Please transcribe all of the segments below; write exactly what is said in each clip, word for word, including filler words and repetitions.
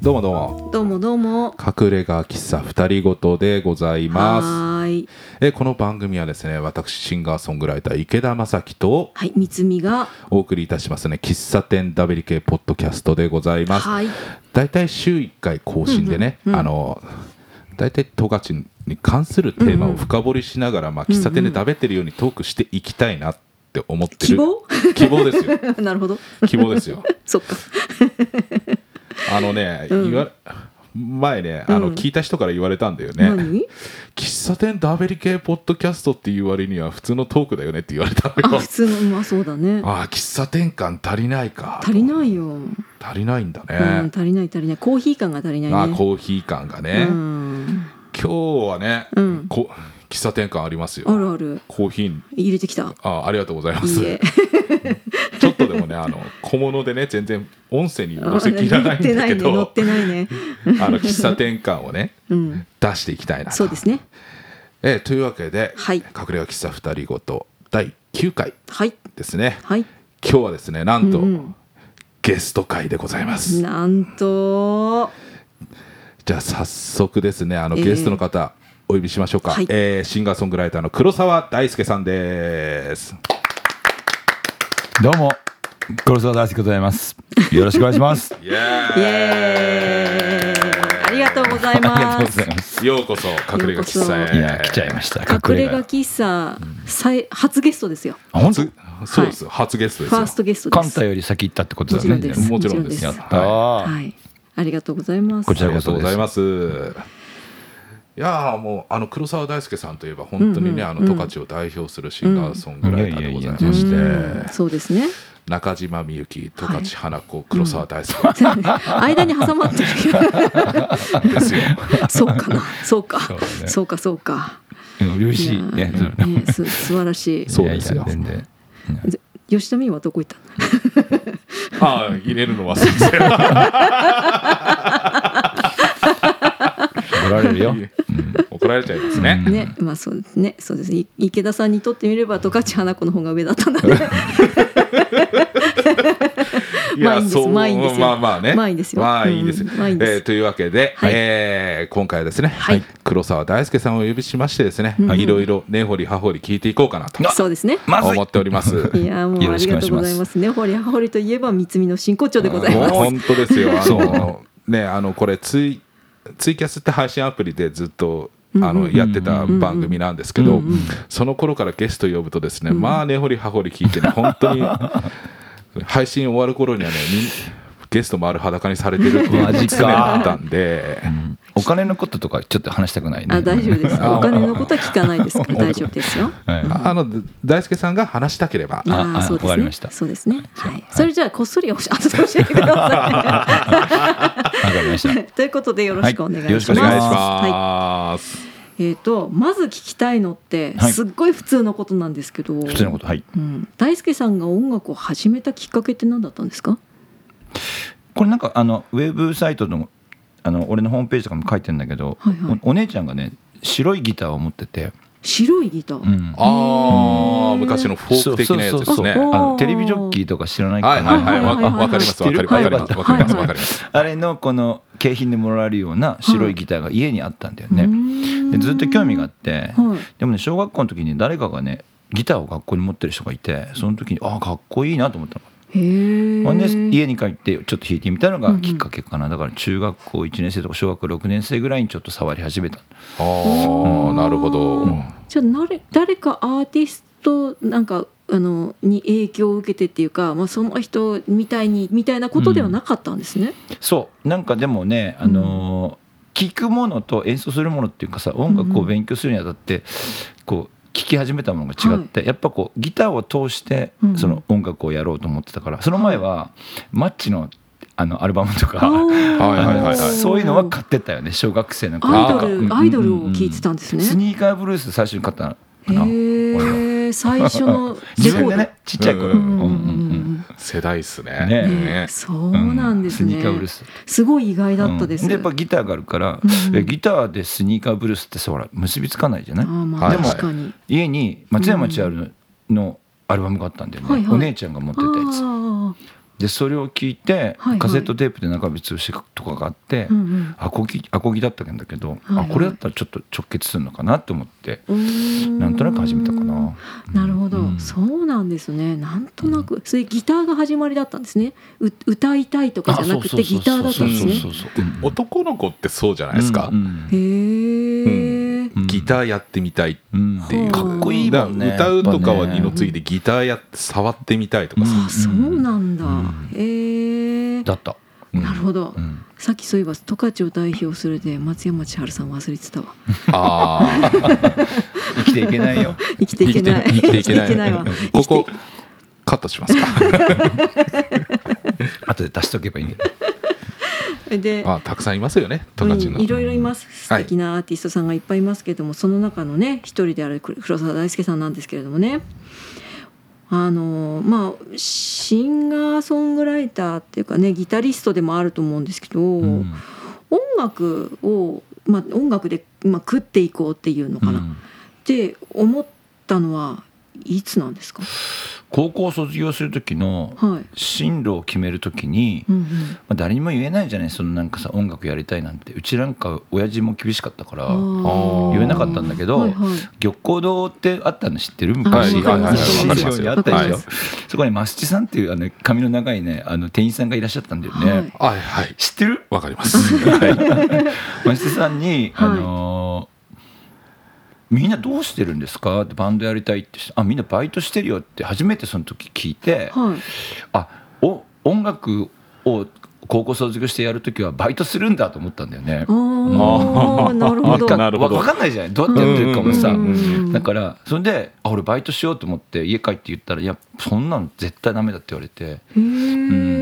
どうもどうもどうもどうも隠れ家喫茶二人ごとでございます。 はーいえこの番組はですね、私シンガーソングライター池田正樹とはい三つみがお送りいたしますね、喫茶店ダベリ系ポッドキャストでございます。 はいだいたい週いっかい更新でね、 うんうんうん、 あのだいたい十勝に関するテーマを深掘りしながら、まあ、喫茶店で食べてるようにトークしていきたいなって思ってる。 希望希望ですよなるほど希望ですよそっかあのね、 うん、 言わ前ねあの、 うん、 聞いた人から言われたんだよね。 何？ 喫茶店ダベリ系ポッドキャストっていう割には普通のトークだよねって言われたのよ。 あ普通のまあそうだね。 ああ喫茶店感足りないか。 足りないよ。 足りないんだね、 うん、足りない足りない。コーヒー感が足りないね。 ああコーヒー感がね、 うん、 今日はね、 うん、 こ喫茶店感ありますよ。 あるある。 コーヒー入れてきた。 あありがとうございます。 いいえちょっとでもねあの小物でね全然音声に載せきらないんだけど乗ってないね乗ってないねあの喫茶店感をね、うん、出していきたいなと。 そうですね。 えー、というわけで、 はい、 隠れ家喫茶二人ごとだいきゅうかいですね、 はい、 今日はですねなんと、 うんうん、 ゲスト会でございます。 なんとじゃあ早速ですねあのゲストの方、えー、お呼びしましょうか、はい、えー、シンガーソングライターの黒沢大輔さんです。 どうも黒沢大輔でございます。よろしくお願いしますイエーイ、イエーイありがとうございます。 ようこそ隠れ家喫茶へ。 いや来ちゃいました。 隠れ家喫茶、うん、初ゲストですよ。 本当そうです、はい、初ゲストですよ。 ファーストゲストです。 カンタより先行ったってことだね。 もちろんです。 もちろんです。 やったー、はい、ありがとうございます。 こちらこそありがとうございます。いやもうあの黒沢大輔さんといえば本当にね、うんうん、あの十勝を代表するシンガーソングライターでございまして、うん、 そうですね。 中島みゆき、十勝花子、黒沢大輔、 うん、間に挟まってるですよ。 そうかな、そうか、そう、ね、そうかそうか。 嬉しいね。 いねす素晴らしい。 そうですよ。 全然吉田美はどこ行ったの？ああ入れるの忘れてた。 怒られるよ。 怒られちゃいますね。 ね、まあそうですね、そうです。池田さんにとってみれば十勝花子の方が上だったんだね。まあいいんです。まあいいんですよ。 まあまあね。 まあいいですよ。 まあいいです。 まあいいんです。 えー、というわけで、はい、えー、今回はですね、はい、黒沢大輔さんをお呼びしましてですね、いろいろ根掘り葉掘り聞いていこうかなと。 そうですね。 思っております。 いやもうありがとうございます。根掘り葉掘りといえば三つみの真骨頂でございます。 本当ですよ。あのねあのこれツイツイキャスって配信アプリでずっとあのやってた番組なんですけど、その頃からゲスト呼ぶとですね、まあ根掘り葉掘り聞いてね、本当に配信終わる頃にはねゲスト丸裸にされてるっていうのが常にあったんで、 お金のこととかちょっと話したくないね。 あ大丈夫です。お金のことは聞かないですから大丈夫ですよ。 あの大輔さんが話したければ。 あそうですね。そうですね。はい。それじゃあこっそり後で教えてください。 わかりました。 ということでよろしくお願いします。よろしくお願いします。 えー、とまず聞きたいのってすっごい普通のことなんですけど、 普通のことはい、 うん、大輔さんが音楽を始めたきっかけって何だったんですか？ これなんかあのウェブサイトのあの俺のホームページとかも書いてるんだけど、はいはい、お, お姉ちゃんがね白いギターを持ってて。 白いギター、うん、 ああ昔のフォーク的なやつですね。 あのテレビジョッキーとか知らないかな。 はいはいはいわかりますわかりますわかりますわかりますわかります。 あれのこの景品でもらえるような白いギターが家にあったんだよね。でずっと興味があって、はい、でもね小学校の時に誰かがねギターを学校に持ってる人がいて、その時にああかっこいいなと思ったの。へー。で家に帰ってちょっと弾いてみたのがきっかけかな。だから中学校いちねん生とか小学校ろくねん生ぐらいにちょっと触り始めた。 ああ、うん、なるほど、うん、 じゃあ誰かアーティストなんかあのに影響を受けてっていうか、まあ、その人みたいにみたいなことではなかったんですね、うん、 そうなんかでもね、あのー、聞くものと演奏するものっていうかさ、音楽を勉強するにあたってこう聴き始めたものが違って、はい、やっぱこうギターを通してその音楽をやろうと思ってたから、その前はマッチのあのアルバムとかそういうのは買ってたよね、小学生の頃。 アイドル、アイドルを聴いてたんですね。 スニーカーブルース最初に買ったかな。 へえ、最初の自分でねちっちゃい頃、 世代っすね。 ねねそうなんですね、 うん、スニーカーブルースすごい意外だったです、 うん、でやっぱギターがあるから、うん、えギターでスニーカーブルースってさほら結びつかないじゃない。あ、まあ、でも確かに家に松山千春のアルバムがあったんだよね、うんはいはい、お姉ちゃんが持ってたやつでそれを聞いて、はいはい、カセットテープで中渕剛とかがあって、うんうん、アコギアコギだったんだけど、はいはい、あこれだったらちょっと直結するのかなと思ってなんとなく始めたかな。 なるほど、うん、そうなんですね。なんとなく、うん、それギターが始まりだったんですね。う歌いたいとかじゃなくてギターだったんですね。 男の子ってそうじゃないですか、うんうん、 へー、 うん、ギターやってみたいっていう、 かっこいいもんね。 歌うとかは二の次でギターやって触ってみたいとかさ、 あそうなんだ、うん、へえだった、 うん、なるほど、うん、さっきそういえば十勝を代表するで松山千春さん忘れてたわ。 あ生きていけないよ。 生きていけない生きていけないないわ。 ここカットしますか。 後で出しとけばいいんだよ。 であたくさんいますよね、十勝の、 うん、いろいろいます。素敵なアーティストさんがいっぱいいますけれども、はい、その中のね一人である黒沢大輔さんなんですけれどもね、あのまあシンガーソングライターっていうかねギタリストでもあると思うんですけど、うん、音楽を、まあ、音楽で、まあ、食っていこうっていうのかな、うん、って思ったのはいつなんですか？ 高校を卒業する時の進路を決める時に、はい、まあ、誰にも言えないじゃない、そのなんかさ音楽やりたいなんて。うちなんか親父も厳しかったから言えなかったんだけど、はいはい、玉光堂ってあったの知ってる？昔あったでしょ。そこに増地さんっていうあの髪の長いねあの店員さんがいらっしゃったんだよね。 はい、はい、 知ってる？ わかります。 増地さんに、あのーはいみんなどうしてるんですかってバンドやりたいってあみんなバイトしてるよって初めてその時聞いて、はい、あお音楽を高校卒業してやる時はバイトするんだと思ったんだよね。 ああなるほど。 分かんないじゃないどうやってやってるかもさ。だからそれであ俺バイトしようと思って家帰って言ったらいやそんなの絶対ダメだって言われて。へえ、うん、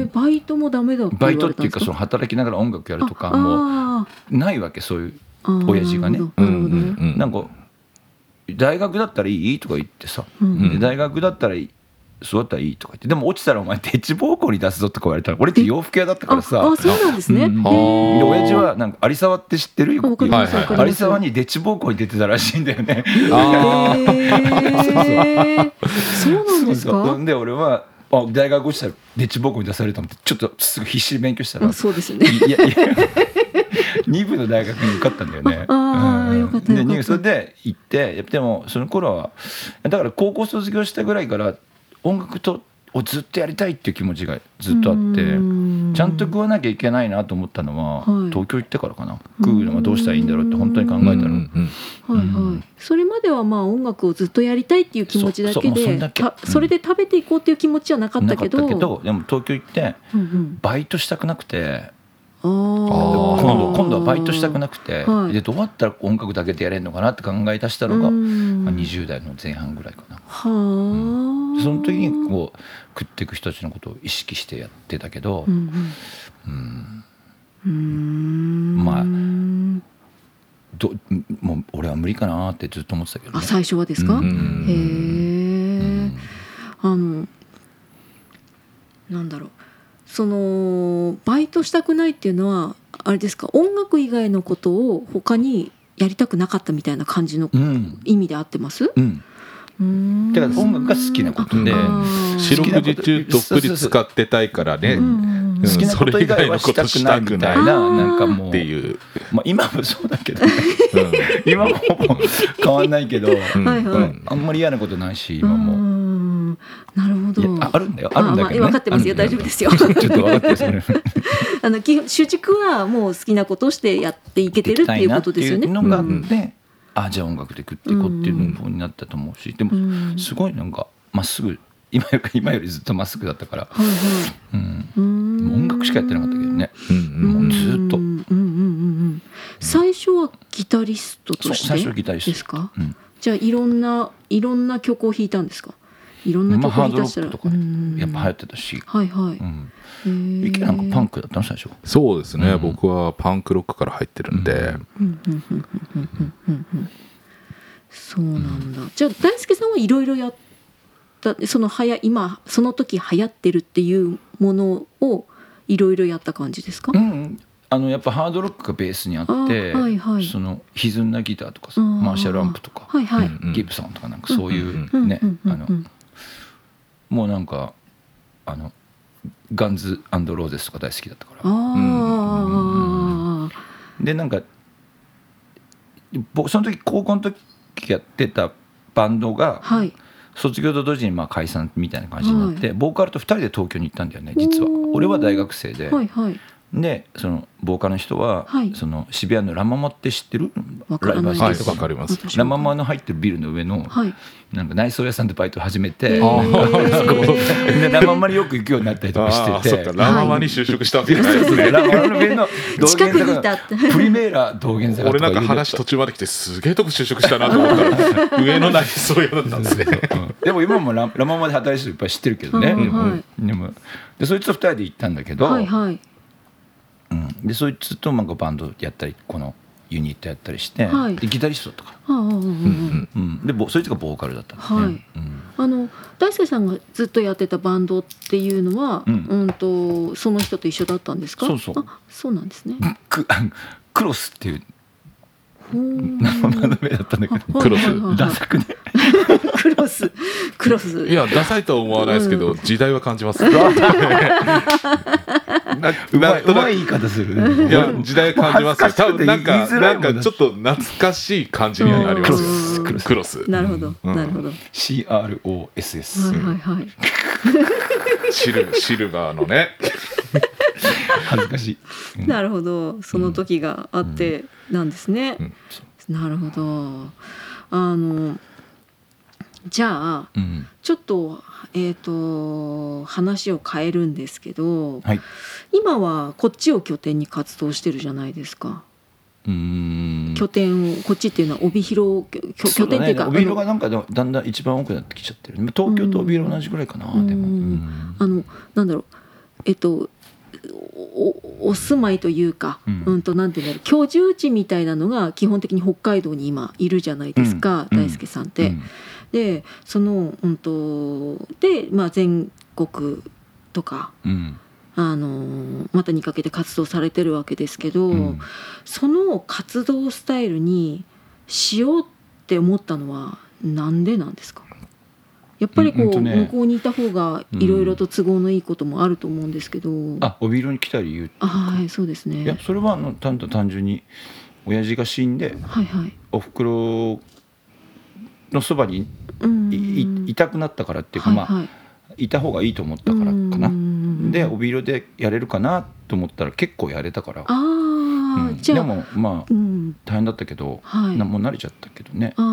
バイトもダメだって言われたんですか？ バイトっていうかその働きながら音楽やるとかもうないわけそういう親父がね。なんか大学だったらいいとか言ってさ、うん、で大学だったらいいそうだったらいいとか言って、でも落ちたらお前デッチ奉公に出すぞとか言われたら俺って洋服屋だったからさ、 ああそうなんですね、うん、 で親父はなんか有沢って知ってる？有沢にデッチ奉公に出てたらしいんだよね。 あそうなんですか。 そうそうで俺はあ大学落ちたらデッチ奉公に出されたのってちょっとすぐ必死で勉強したら、 そうですね、 いやいやに部の大学に受かったんだよね。 ああよかったよかった。 それで行ってでもその頃はだから高校卒業したぐらいから音楽とをずっとやりたいっていう気持ちがずっとあってちゃんと食わなきゃいけないなと思ったのは、はい、東京行ってからかな。食うのはどうしたらいいんだろうって本当に考えたら、うんうんはいはい、それまではまあ音楽をずっとやりたいっていう気持ちだけで そ, そ, だけ、うん、それで食べていこうっていう気持ちはなかったけど、 なかったけどでも東京行って、うんうん、バイトしたくなくてあ今度今度はバイトしたくなくて、はい、でどうやったら音楽だけでやれるのかなって考え出したのが、まあ、にじゅう代の前半ぐらいかな。 は、 うん、その時にこう食っていく人たちのことを意識してやってたけど、うんうんうん、まあどもう俺は無理かなってずっと思ってたけど、ね、 あ最初はですか？うん、へえ、うん、あのなんだろうそのバイトしたくないっていうのはあれですか、音楽以外のことを他にやりたくなかったみたいな感じの意味で合ってます？うん、 うん、だから音楽が好きなことで四六時中どっぷり使ってたいからね、 好きなこと以外はしたくないみたいな、なんかもうっていう、まあ、今もそうだけど、ねうん、今もほぼ変わんないけど、うんはいはい、あんまり嫌なことないし今も。 なるほど。 あ, あるんだよあるんだけど、ね、 分かってますよ大丈夫ですよ。 ちょっと分かってそれあの主軸はもう好きなことをしてやっていけてるっていうことですよね。 っていうのがあって、うん、あじゃあ音楽で食っていこうっていうのになったと思うし、でもすごいなんかまっすぐ 今, より今よりずっとまっすぐだったから、はいはいうん、音楽しかやってなかったけどね、うんうん、もうずっと、うんうんうんうん、 最初はギタリストとして最初はギタリストですか、うん、じゃあいろんないろんな曲を弾いたんですか？いろんな曲を弾いたしたら、まあ、ハードロックとかやっぱ流行ってたし、 はいはい、 うん、いきなんかパンクだったの最初。 そうですね、うん、僕はパンクロックから入ってるんで、 そうなんだ。じゃあ大輔さんはいろいろやったそのはや今その時流行ってるっていうものをいろいろやった感じですか？ うん、あのやっぱハードロックがベースにあって、はいはい、その歪んだギターとかさマーシャルアンプとか、はいはい、ギブソンとかなんかそういうね、あのもうなんかあのガンズ&ローゼスとか大好きだったから。 あ、うん、 でなんかその時高校の時やってたバンドが、はい、卒業と同時にまあ解散みたいな感じになって、はい、ボーカルとふたりで東京に行ったんだよね実は。俺は大学生で、はいはい、でそのボーカルの人は、はい、その渋谷のラママって知ってる？ ライブハウス、 はい、わかります。 ラママの入ってるビルの上の、はい、なんか内装屋さんでバイト始めて、でラママによく行くようになったりとかしてて、 ラママに就職したわけじゃないですね。 ラママの上の近くにいたってプリメーラ道玄坂とか。 俺なんか話途中まで来てすげえとこ就職したなと思ったら上の内装屋だったんですね。 でも今も ラ, ラママで働いてる人いっぱい知ってるけどね。はいはい、でもでそいつとふたりで行ったんだけど、はいはい、うん、でそいつとなんかバンドやったりこのユニットやったりして、はい、でギタリストとか、うんうん、でそいつがボーカルだったんですね。はい、うん、 あの大輔さんがずっとやってたバンドっていうのは、うんうん、とその人と一緒だったんですか？ そうそう。 あ、そうなんですね。 ク, クロスっていう名前だったんだけど、 クロスダサくね。 クロスクロス。 いやダサいとは思わないですけど、うん、時代は感じます。うまい、うまい言い方する、ね。 いや時代感じますよ。多分なんかなんかちょっと懐かしい感じにはなりますよ。クロス。クロス。 なるほど、うん、なるほど。 シーアールオーエスエス。 はいはいはい。 シルシルバーのね。 恥ずかしい。 うん、なるほど、その時があってなんですね。うんうん、なるほど。あのじゃあ、うん、ちょっとえっと話を変えるんですけど、はい、今はこっちを拠点に活動してるじゃないですか。うーん、拠点をこっちっていうのは帯広拠点っていうか、 帯広がなんかだんだん一番多くなってきちゃってる。東京と帯広同じぐらいかな。でもあのなんだろうえっとお, お住まいというか、うんうん、となんていうんだろう居住地みたいなのが基本的に北海道に今いるじゃないですか、うん、大輔さんって。うん、でその、うんとで、まあ、全国とか、うん、あのまたにかけて活動されてるわけですけど、うん、その活動スタイルにしようって思ったのはなんでなんですか？やっぱりこう、うんね、向こうにいた方がいろいろと都合のいいこともあると思うんですけど、うん、 あ、帯広に来た理由。 あ、はい、そうですね。 いやそれはあの単純に親父が死んで、はいはい、おふくろのそばに い, い, いたくなったからっていうか、はいはい、まあいた方がいいと思ったからかな。で帯広でやれるかなと思ったら結構やれたから。あ、うん、じゃあでもまあ、うん、大変だったけど、はい、もう慣れちゃったけどね。あ、うん、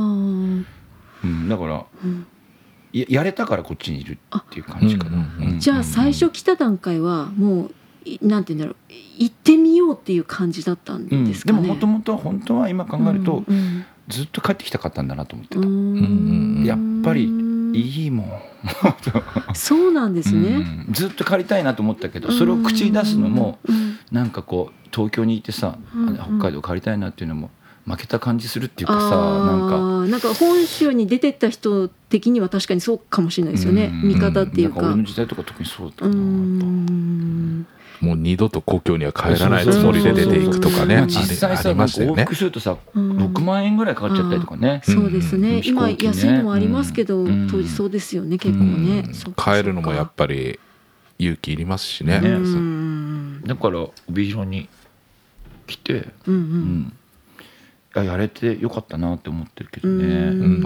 だから、うん、や, やれたからこっちにいるっていう感じかな。うんうん、 じゃあ最初来た段階はもうなんていうんだろう、行ってみようっていう感じだったんですかね。 うん、でももともと本当は今考えると、うんうん、ずっと帰ってきたかったんだなと思ってた。うん、やっぱりいいもん。 そうなんですね。 うん、ずっと帰りたいなと思ったけど、それを口に出すのもなんかこう東京にいてさ、うんうん、北海道帰りたいなっていうのも負けた感じするっていうかさ、なんかなんか本州に出てった人的には確かにそうかもしれないですよね。見方っていうか。 なんか俺の時代とか特にそうだったな。うーん、 もう二度と故郷には帰らないつもりで出ていくとかね。まあ、 実際さ、なんか往復するとさ、ろくまんえんぐらいかかっちゃったりとかね。 そうですね。うん、今安いのもありますけど、うん、当時そうですよね、結構ね。 帰るのもやっぱり勇気いりますしね。ね、うん、 だから帯広に来て、うんうん、や, やれてよかったなって思ってるけどね。うん、うん、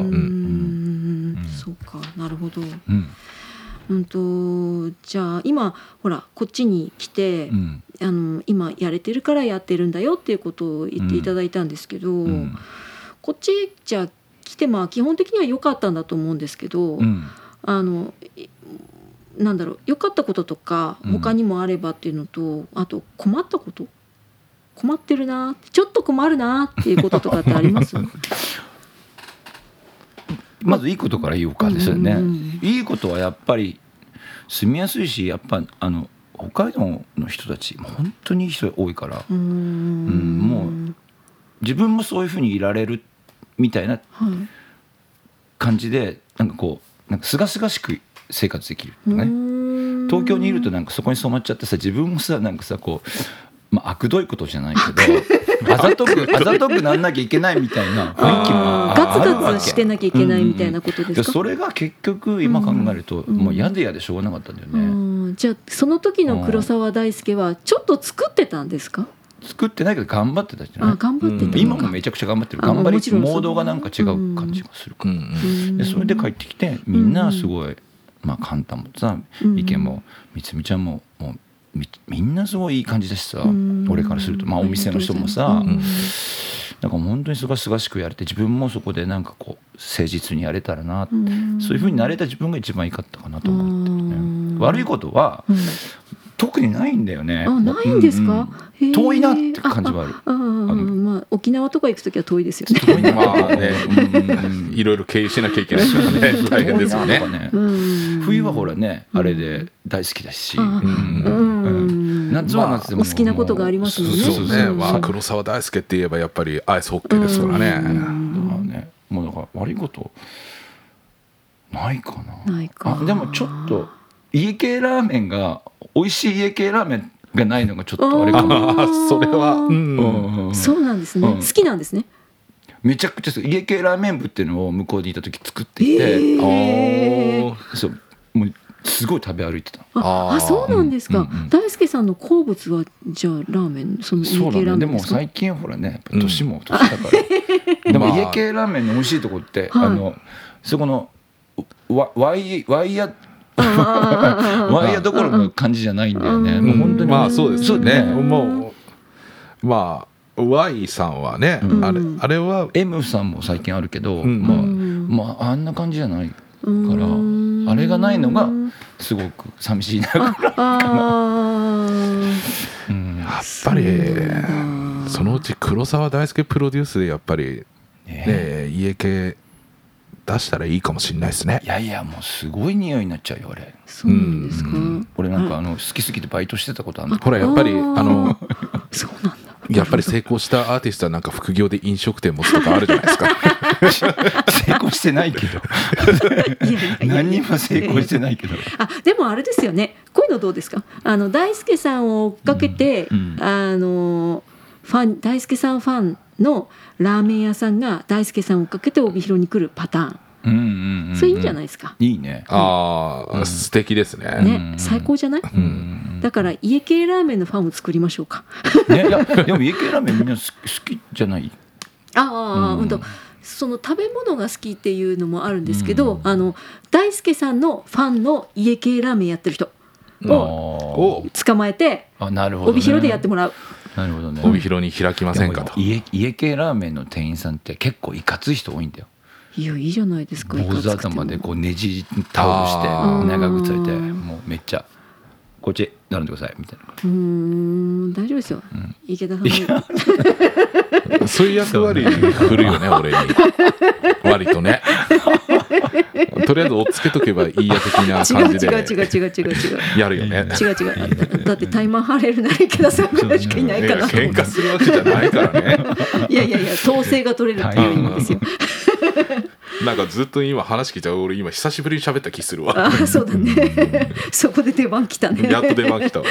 そうか、なるほど。うんうんとじゃあ今ほらこっちに来て、うん、あの今やれてるからやってるんだよっていうことを言っていただいたんですけど、うん、こっちじゃ来てまあ基本的には良かったんだと思うんですけど、うん、あのなんだろう、良かったこととか他にもあればっていうのと、うん、あと困ったこと、困ってるな、ちょっと困るなっていうこととかってあります？ まずいいことから言おうかですよね。うんうんうん、いいことはやっぱり住みやすいし、やっぱあの北海道の人たち本当にいい人多いから、うん、うん、もう自分もそういうふうにいられるみたいな感じで、なんかこうなんか清々しく生活できるね。東京にいるとなんかそこに染まっちゃってさ、自分もさなんかさこう、まあ、悪どいことじゃないけどあざとくあざとくなんなきゃいけないみたいな雰囲気もあるわけ。 ガツガツしてなきゃいけないみたいなことですか。 うんうん、それが結局今考えると、うん、もう嫌で嫌でしょうがなかったんだよね。 あじゃあその時の黒澤大輔はちょっと作ってたんですか？ 作ってないけど頑張ってたじゃない。 あ頑張ってたのか、 今もめちゃくちゃ頑張ってる。頑張りモードがなんか違う感じがするから、 うんうん、 でそれで帰ってきてみんなすごい、まあカンタもさ、池もみつみちゃんももう み, みんなすごいいい感じだしさ、俺からすると、まあ、お店の人もさ、なんか本当にすがすがしくやれて、自分もそこでなんかこう誠実にやれたらなって、そういう風になれた自分が一番いいかったかなと思ってるね。悪いことは、うん、特にないんだよね。 あ、ないんですか？ うんうん、遠いなって感じはある。 あああまあ、沖縄とか行くときは遠いですよね。 遠いな、まあね、うん、いろいろ経由しなきゃいけないからね、大変ですよね。ね、 冬はほらね、あれで大好きだし、 うんうん、夏は夏でも、まあ、お好きなことがありますもんね。 そうね、まあ、黒澤大輔って言えばやっぱりアイスホッケーですからね。うん、 ね、もうだから悪いことないかな。 ないか。 あ、でもちょっと家系ラーメンが美味しい家系ラーメンがないのがちょっとあれかも。 あ、それは、 うんうん、そうなんですね、うん、好きなんですね。 めちゃくちゃ家系ラーメン部っていうのを向こうにいた時作っていて、 えー、 そうもうすごい食べ歩いてた。 ああ、そうなんですか、うんうん、大輔さんの好物はじゃあラーメン、その家系ラーメンですか？そうだね、でも最近ほらね、やっぱ年も年だから、うん、でも家系ラーメンの美味しいとこって、はい、あのそこのワ, ワイワイヤワイヤどころの感じじゃないんだよね。もう本当に、 まあそうですね。もうまあ Y さんはね、うん、あれあれは M さんも最近あるけど、うん、まあ、まああんな感じじゃないから、あれがないのがすごく寂しいなからかな。 うん、やっぱりそのうち黒澤大輔プロデュースでやっぱりね、ね、家系出したらいいかもしれないですね。 いやいや、もうすごい匂いになっちゃうよ俺。 そうなんですか。うん、 俺なんかあの好きすぎてバイトしてたことあるの。 ほらやっぱりあのそうなんだ。 やっぱり成功したアーティストはなんか副業で飲食店持つとかあるじゃないですか。 成功してないけど。何にも成功してないけど。 あ、でもあれですよね。こういうのどうですか。あの大輔さんを追っかけて、うんうん、あのファン大輔さんファンのラーメン屋さんが大輔さんを追っかけて帯広に来るパターン。うんうんうんうん、それいいんじゃないですか。 いいね。 ああ、うん、素敵ですね。 ね、最高じゃない？うん、だから家系ラーメンのファンを作りましょうか。 ね、いやでも家系ラーメンみんな好きじゃない？ ああ、うん、とその食べ物が好きっていうのもあるんですけど、うん、あの大輔さんのファンの家系ラーメンやってる人を捕まえて、 あ、なるほどね、 帯広でやってもらう。 なるほどね。 帯広に開きませんかと。 家家系ラーメンの店員さんって結構いかつい人多いんだよ。 いや、いいじゃないですか。 坊主頭でこうねじタオルして長靴履いて、もうめっちゃこっち並んでくださいみたいな。うーん、大丈夫ですよ、うん、池田さんそういう役割振るよね俺に割とね。とりあえず追っつけとけばいいや的な感じで違う違う違う違う違うやるよね。 違う違う、だってタイマン張れるなら池田さんぐらいしかいないから。 喧嘩するわけじゃないからね。 いやいやいや、統制が取れるっていう意味ですよ。 なんかずっと今話聞いたら俺今久しぶりに喋った気するわ。 あ、そうだね。そこで出番来たね。 やっと出番来たわ。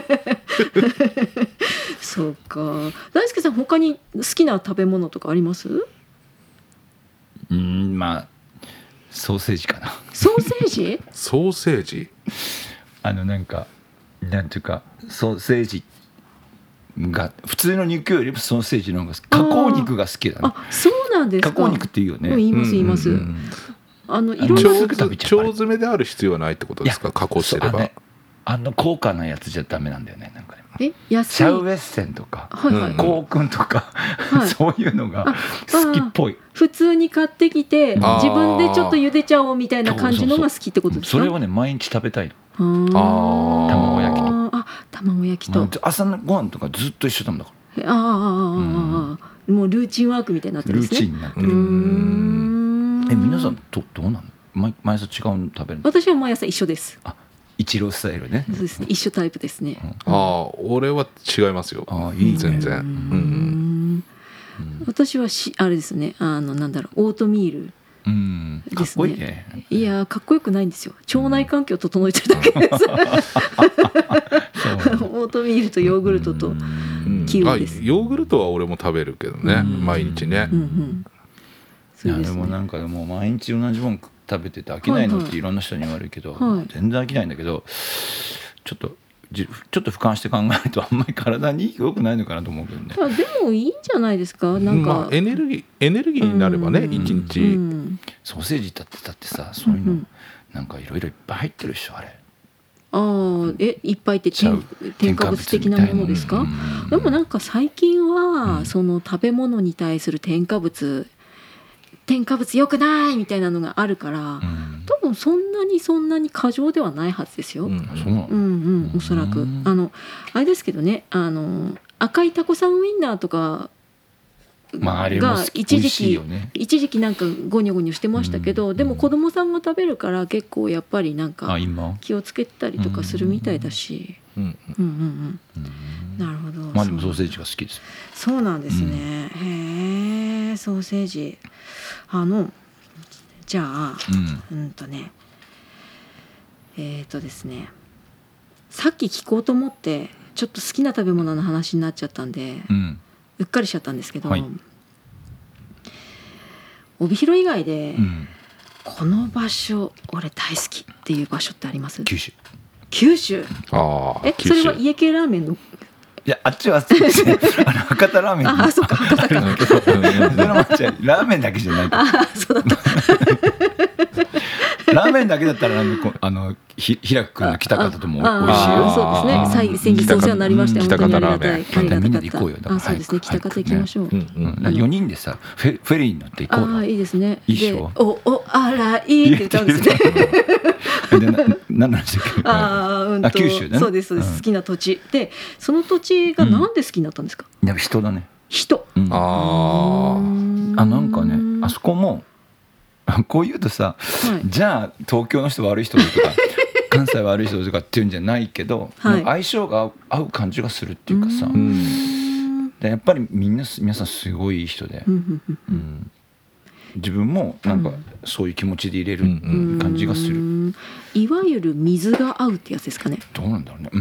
そうか。大輔さん他に好きな食べ物とかあります？ うん、まあソーセージかな。 ソーセージ？ ソーセージ。あのなんかなんていうかソーセージが普通の肉よりもソーセージの方が加工肉が好きだね。 あ、そうなんですか。 加工肉っていうよね。 言います言います。うんうんうん、あのいろんな腸詰めである必要はないってことですか。加工してれば。あ, ね、 あの高価なやつじゃダメなんだよね。なんかね。 え、安い。 シャウエッセンとか、はいはい、コークンとか、はい、そういうのが好きっぽい。 普通に買ってきて自分でちょっと茹でちゃおうみたいな感じのが好きってことですか。 それはね毎日食べたいの。 あ卵焼きと。 あ、卵焼きと。 朝のご飯とかずっと一緒なんだから。 ああ、うん、もうルーチンワークみたいになってるんですね。 ルーチンになってる。うーん、え、皆さんとどうなの？毎朝違うの食べるの？ 私は毎朝一緒です。 あ、一郎スタイルね。 そうですね、一緒タイプですね。 うん、ああ、俺は違いますよ。ああ、いいね、全然。うん、 うん、私はしあれですね、あのなんだろう、オートミール。 うん、かっこいいね。 いや、かっこよくないんですよ。腸内環境を整えてるだけです。オートミールとヨーグルトとキウイです。 ヨーグルトは俺も食べるけどね、毎日ね。 うんうん、いやでもなんかでも毎日同じもん食べてて飽きないのっていろんな人に言われるけど、 はいはい、 全然飽きないんだけど、ちょっとちょっと俯瞰して考えるとあんまり体に良くないのかなと思うけどね。 でもいいんじゃないですか。なんか、 まあ、エネルギーエネルギーになればね、一日、うん、 ソーセージだってだってさ、そういうの、うん、なんかいろいろいっぱい入ってるでしょあれ。 ああ、えいっぱいって添加物的なものですか。うん、でもなんか最近は、うん、その食べ物に対する添加物添加物良くないみたいなのがあるから、うん、多分そんなにそんなに過剰ではないはずですよ。うん、うんうんおそらく、うん、あのあれですけどね、あの赤いタコさんウインナーとかまあ、あれも一時期、 ね、 一時期なんかゴニョゴニョしてましたけど、うん、でも子供さんが食べるから結構やっぱりなんか気をつけたりとかするみたいだし、うんうんうんうん、なるほど。 まあでもソーセージが好きです。 そうなんですね、うん、へえソーセージあのじゃあ、うん、うんとねえっとですねさっき聞こうと思ってちょっと好きな食べ物の話になっちゃったんで、うんうっかりしちゃったんですけど、はい、帯広以外で、うん、この場所俺大好きっていう場所ってあります？ 九州。 九州。 あえそれは家系ラーメンの？ いやあっちはそうですね。あの博多ラーメン。 ああそっか博多か。 ラーメンだけじゃない。 あそうだった。 ラーメンだけだったらあのあのひ平くんの北方とも美味しいよ。 そうですね。先日お世話になりました。 北方ラーメン。 ありがたかった。 みんなで行こうよ。 あそうですね。北方行きましょう。 よにんでさフェフェリーに乗って行こうよ。 あいいですね。 いいでしょ。 おおあらいいって歌うんですね。 でな何なんでしたっけ。 あうんと九州ね。 そうです好きな土地でその土地がなんで好きになったんですか。 やっぱ人だね。 人。 ああなんかねあそこも。こう言うとさ、はい、じゃあ東京の人悪い人とか関西悪い人とかっていうんじゃないけど、はい、相性が合う感じがするっていうかさ、うん、でやっぱりみんな皆さんすごいいい人で、うんうん、自分もなんかそういう気持ちで入れる感じがする、うん、 いわゆる水が合うってやつですかね。 どうなんだろうね、うんうん、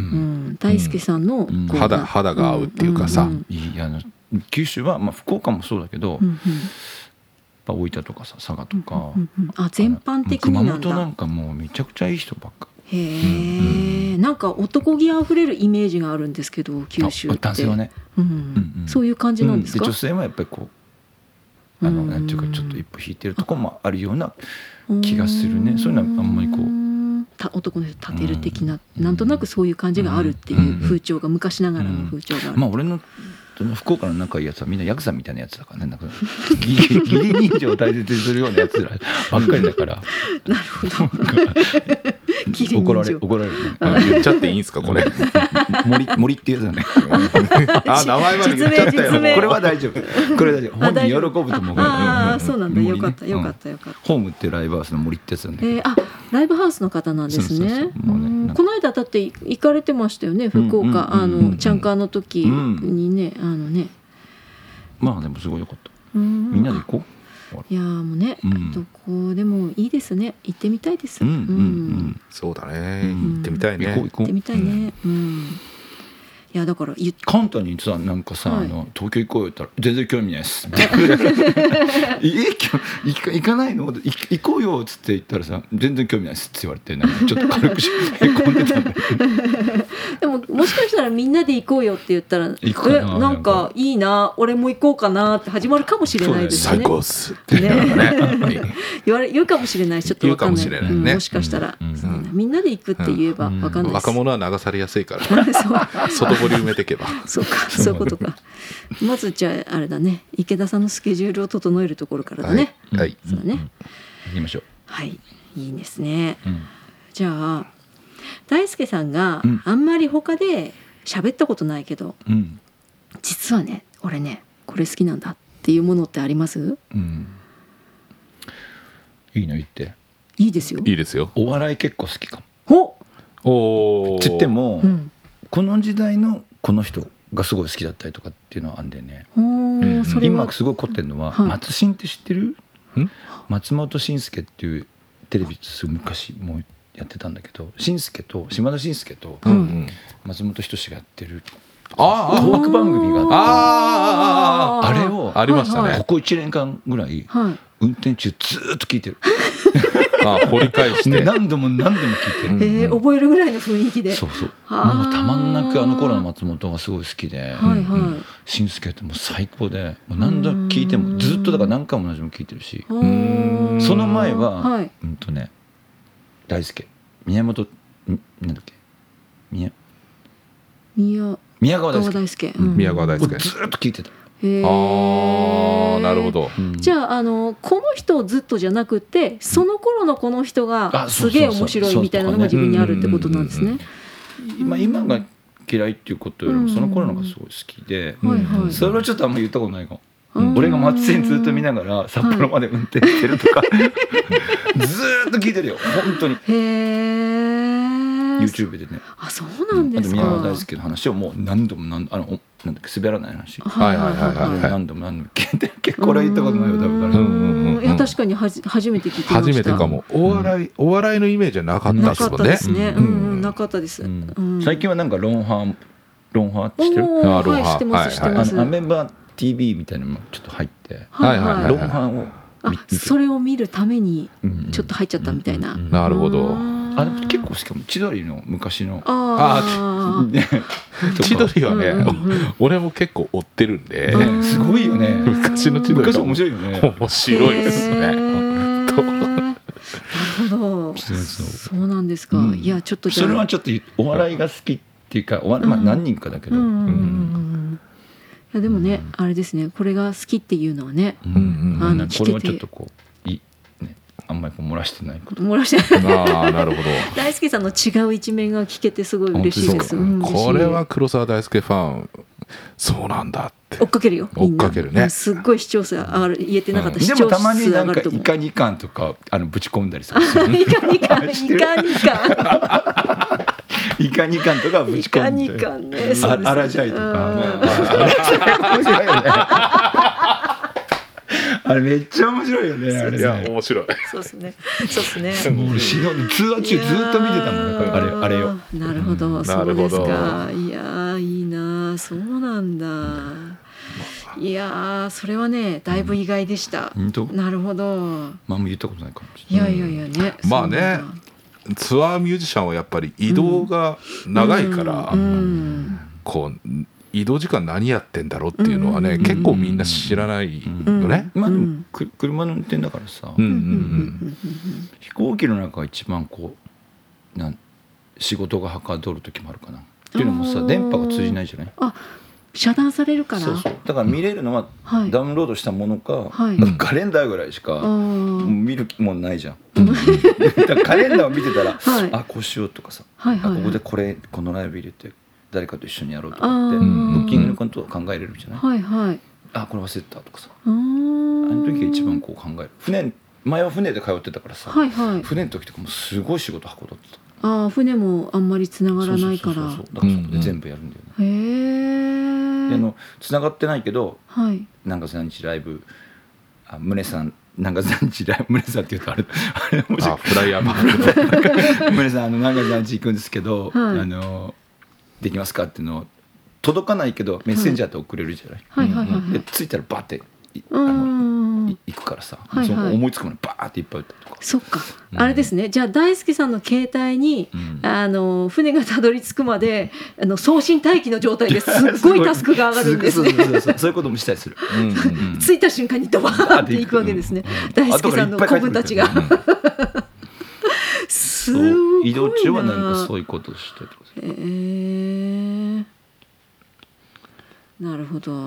大輔さんの、うん、 肌, 肌が合うっていうかさ、うんうん、 いや九州は、まあ、福岡もそうだけど、うんうん大分とかさ佐賀とか、 うんうんうん、あ全般的になんだ。 熊本なんかもうめちゃくちゃいい人ばっか。 へえ、うん、なんか男気あふれるイメージがあるんですけど九州って男性はね、 うんうんうん、そういう感じなんですか。 うん、で女性はやっぱりこうあのなんていうかちょっと一歩引いてるところもあるような気がするね。そういうのはあんまりこう男の人立てる的な、うん、なんとなくそういう感じがあるっていう風潮が昔ながらの風潮がある、 うんうん、まあ俺の福岡の仲いいやつはみんなヤクザみたいなやつだからね。なんか義理人情を大切にするようなやつらばっかりだからなるほど怒られ怒られる、ね、 言っちゃっていいんですかこれ森森っていうやつだねあ名前まで言っちゃったよ。 これは大丈夫これ大丈夫本人喜ぶと思うから。 ああそうなんだ、ね、よかったよかったよかった、 ホームっていうライブハウスの森ってやつだね、 えー、あライブハウスの方なんですね。この間だって行かれてましたよね福岡、あのチャンカーの時にね、あのねまあでもすごいよかった。みんなで行こう。 いやもうね、うん、どこでもいいですね。行ってみたいです。 うんうんうん、そうだね、うん、行ってみたいね。 行こう行こう。 行ってみたいね。うんうんいやだからカンタにさなんかさ、はい、あの東京行こうよって言ったら全然興味ないです行かないの行こうよっつって言ったらさ全然興味ないですって言われてなんかちょっと軽くへこんでたんだでももしかしたらみんなで行こうよって言ったらえなんかいいな俺も行こうかなって始まるかもしれないですね。 最高っすってね言われ言うかもしれない。ちょっと分かんない。 言うかもしれないね、 うん、もしかしたら、うんうん、みんなで行くって言えば分かんないです、うん、 若者は流されやすいから外堀埋めていけばそうかそういうことかまずじゃああれだね池田さんのスケジュールを整えるところからだね。 はい、はい、 そうだね、うん、 行きましょう。 はいいいですね、うん、じゃあ大輔さんがあんまり他で喋ったことないけど、うん、実はね俺ねこれ好きなんだっていうものってあります？うん、 いいの言っていいですよ。 いいですよ。 お笑い結構好きかも。 おおつっても、うん、この時代のこの人がすごい好きだったりとかっていうのはあるんだよね。うんそれ今すごい凝ってるのは、はい、松新って知ってる？松本慎介っていうテレビ昔もうやってたんだけど慎介と島田紳介と松本人志がやってるトーク番組があってああれをありましたね。 ここいちねんかんぐらい運転中ずっと聞いてるあ掘り返して何度も何度も聞いてる、 えー、覚えるぐらいの雰囲気で。 そうそう、もうたまんなくあの頃の松本がすごい好きで、 はいはい、 新助ってもう最高で、もう何度聞いてもずっとだから何回も同じも聞いてるし、その前は、はい、うんとね大輔宮本なんだっけ宮宮宮川大輔、 うん、 宮川大輔ずっと聞いてた。 へあ、なるほど、 うん、じゃあ、あのこの人をずっとじゃなくてその頃のこの人がすげえ面白いみたいなのが自分にあるってことなんですね。 今が嫌いっていうことよりもその頃のがすごい好きで、うんうん、それはちょっとあんまり言ったことないかも、うん、俺が松線ずっと見ながら札幌まで運転してるとか、はい、ずっと聞いてるよ本当に。へー、YouTube でね。 あ、そうなんですか。 宮川大輔の話をもう何度も何度もあのなんだっけ滑らない話、 はいはいはいはい、 何度も何度も聞いて結構これ言ったことないよ多分。 うんうん、いや確かにはじ初めて聞きました。 初めてかも。お笑い、お笑いのイメージはなかったですもんね。 なかったですね。うんうん、なかったです。うんうん、最近はなんかロンハーロンハーって知ってる？ あ、ロンハー、はい、知ってます知ってます。 アメンバー ティーブイ みたいなのもちょっと入って、 はいはいはい、 ロンハーをあそれを見るためにちょっと入っちゃったみたいな。 なるほど。 あれ結構好きかも。千鳥の昔のああ千鳥はね、うんうん、俺も結構追ってるんで、 ね、すごいよね。 昔の千鳥昔面白いよね。 面白いですね。 なるほど。そうなんですか、うん、いやちょっとじゃあそれはちょっとお笑いが好きっていうかお笑い、まあ、何人かだけど、うんうんうん、 いやでもね、うん、あれですね、これが好きっていうのはね、 うんうん、あのこれはちょっとこういいね、あんまりこう漏らしてないこと漏らしてないああなるほど。 大輔さんの違う一面が聞けてすごい嬉しいです、うん、 これは黒沢大輔ファンそうなんだって追っかけるよ。 追っかけるね。 すっごい視聴数上がる、言えてなかった、うん、視聴数でもたまになんか上がると思う。 イカ二貫とかあのぶち込んだりするイカ二貫イカ二貫イカ二貫とかぶち込んでイカ二貫ね、 あらじゃいとか面白いよねあれめっちゃ面白いよね。あれいや面白い。 そうですね。そうですね。 もう通話中ずっと見てたもんね。あれあれよ。 なるほど、うん、そうですか。いやいいな、そうなんだ。いやそれはねだいぶ意外でした。うん、なるほど。 まあもう言ったことないかもしれない。 いやいやいやね。 まあね、ツアーミュージシャンはやっぱり移動が長いから、うんうん、こう。移動時間何やってんだろうっていうのはね、うんうん、結構みんな知らないよね、 うんうん、まあでも車の運転だからさ、うんうんうん、飛行機の中が一番こうなん仕事がはかどる時もあるかなっていうのもさ、電波が通じないじゃない。 あ、遮断されるから。 そうそう、だから見れるのはダウンロードしたものか、はい、カレンダーぐらいしか見るもんないじゃん、うん、だからカレンダーを見てたら、はい、あこうしようとかさ、はいはいはい、あここでこれこのライブ入れて誰かと一緒にやろうとかってブッキングのことを考えれるじゃない、はいはい、あこれ忘れてたとかさ、あの時が一番こう考える。船前は船で通ってたからさ、はいはい、船の時とかもすごい仕事運んだってた。 あ船もあんまりつながらないから、 そうそうそうそう、だからそこで全部やるんだよね、うんうん、へえ。あのつながってないけど、はい、何月何日ライブ、あ宗さん何月何日ライブ、宗さんって言うとあれあれ面白い、あフライヤーバック宗さんあの何月何日行くんですけど、はい、あのできますかっていうのを届かないけどメッセンジャーで送れるじゃない、はいはいはいはい、で着いたらバッてあの行くからさ、はいはい、その思いつくものバーっていっぱい打ったりとか。 そっか、うん、あれですね。じゃあ大輔さんの携帯に、うん、あの船がたどり着くまであの送信待機の状態ですっごいタスクが上がるんですね。 そうそうそうそう、そういうこともしたりする、うんうんうん、 着いた瞬間にドバーっていくわけですね、うん、大輔さんの子分たちが、うん、すごいな。 移動中はなんかそういうことをしてる。 えー、なるほど、うん、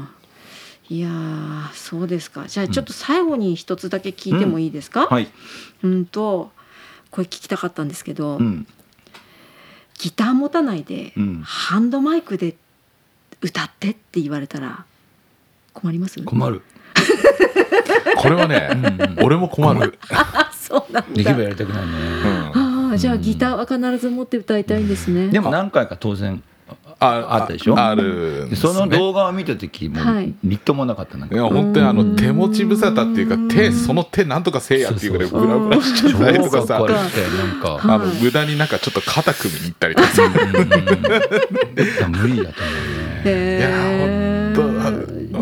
いやそうですか。じゃあちょっと最後に一つだけ聞いてもいいですか、うん、はい、うんとこれ聞きたかったんですけど、うん、ギター持たないで、うん、ハンドマイクで歌ってって言われたら困ります？ 困るこれはね、うん、俺も困るあそうなんだ。 できればやりたくないね、 うんじゃあギターは必ず持って歌いたいんですね。 でも何回か当然 あ, あったでしょ。 ある、 ね、その動画を見た時もみっともなかった。なんかいや本当にあの手持ち無沙汰っていうか、手その手なんとかせいやっていうぐらいブラブラしちゃったりとかさ、なんかあの無駄になんかちょっと肩組みに行ったりとかさ無理だと思うね。 いや本当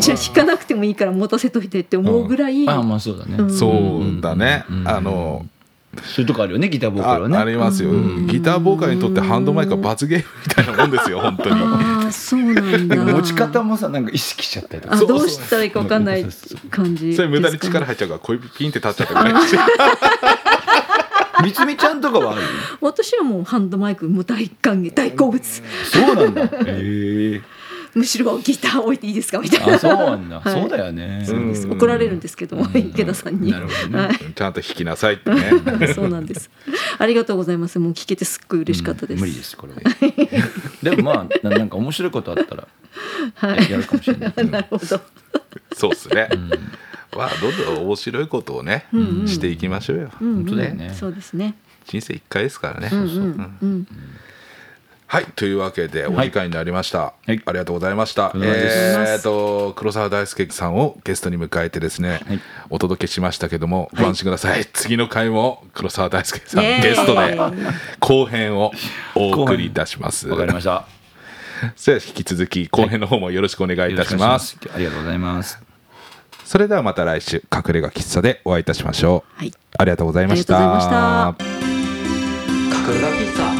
じゃあ弾かなくてもいいから持たせといてって思うぐらい、 うん、あまあそうだね、うん、 そうだね、うん、あのそういうとこあるよね、ギターボーカルはね。 あ, ありますよ、うん、ギターボーカルにとってハンドマイクは罰ゲームみたいなもんですよ本当に。 ああそうなんだ。 持ち方もさなんか意識しちゃったりとか、 あどうしたらいいか分かんない感じですか、ね、 それ無駄に力入っちゃうから小指ピンって立っちゃったぐらいみつみちゃんとかはある？ 私はもうハンドマイク無大歓迎大好物。 そうなんだ。へえ。 むしろギター置いていいですかみたいな。 あそうなんだ、はい、そうだよね。 そうです。怒られるんですけども、池田さんに。 なるほどね、 はい、 ちゃんと弾きなさいってね。 そうなんです。ありがとうございます。もう聞けてすっごい嬉しかったです。 うん、無理ですこれで。でもまあなんか面白いことあったらやるかもしれない。 なるほど。 そうですね。うん、まあどんどん面白いことをね、うんうん、していきましょうよ。 うんうん、 本当だよね。 そうですね。 人生一回ですからね。 うんうんうんうんはい、というわけでお時間になりました、はい、ありがとうございました。 はい、 えーと黒沢大輔さんをゲストに迎えてですね、はい、お届けしましたけども、ご安心ください、はい、次の回も黒沢大輔さんゲストで後編をお送りいたします。 わかりました。 それでは引き続き後編の方もよろしくお願いいたします。 はい、ありがとうございます。 それではまた来週隠れ家喫茶でお会いいたしましょう。 はい、 ありがとうございました。 ありがとうございました。 隠れ家喫茶。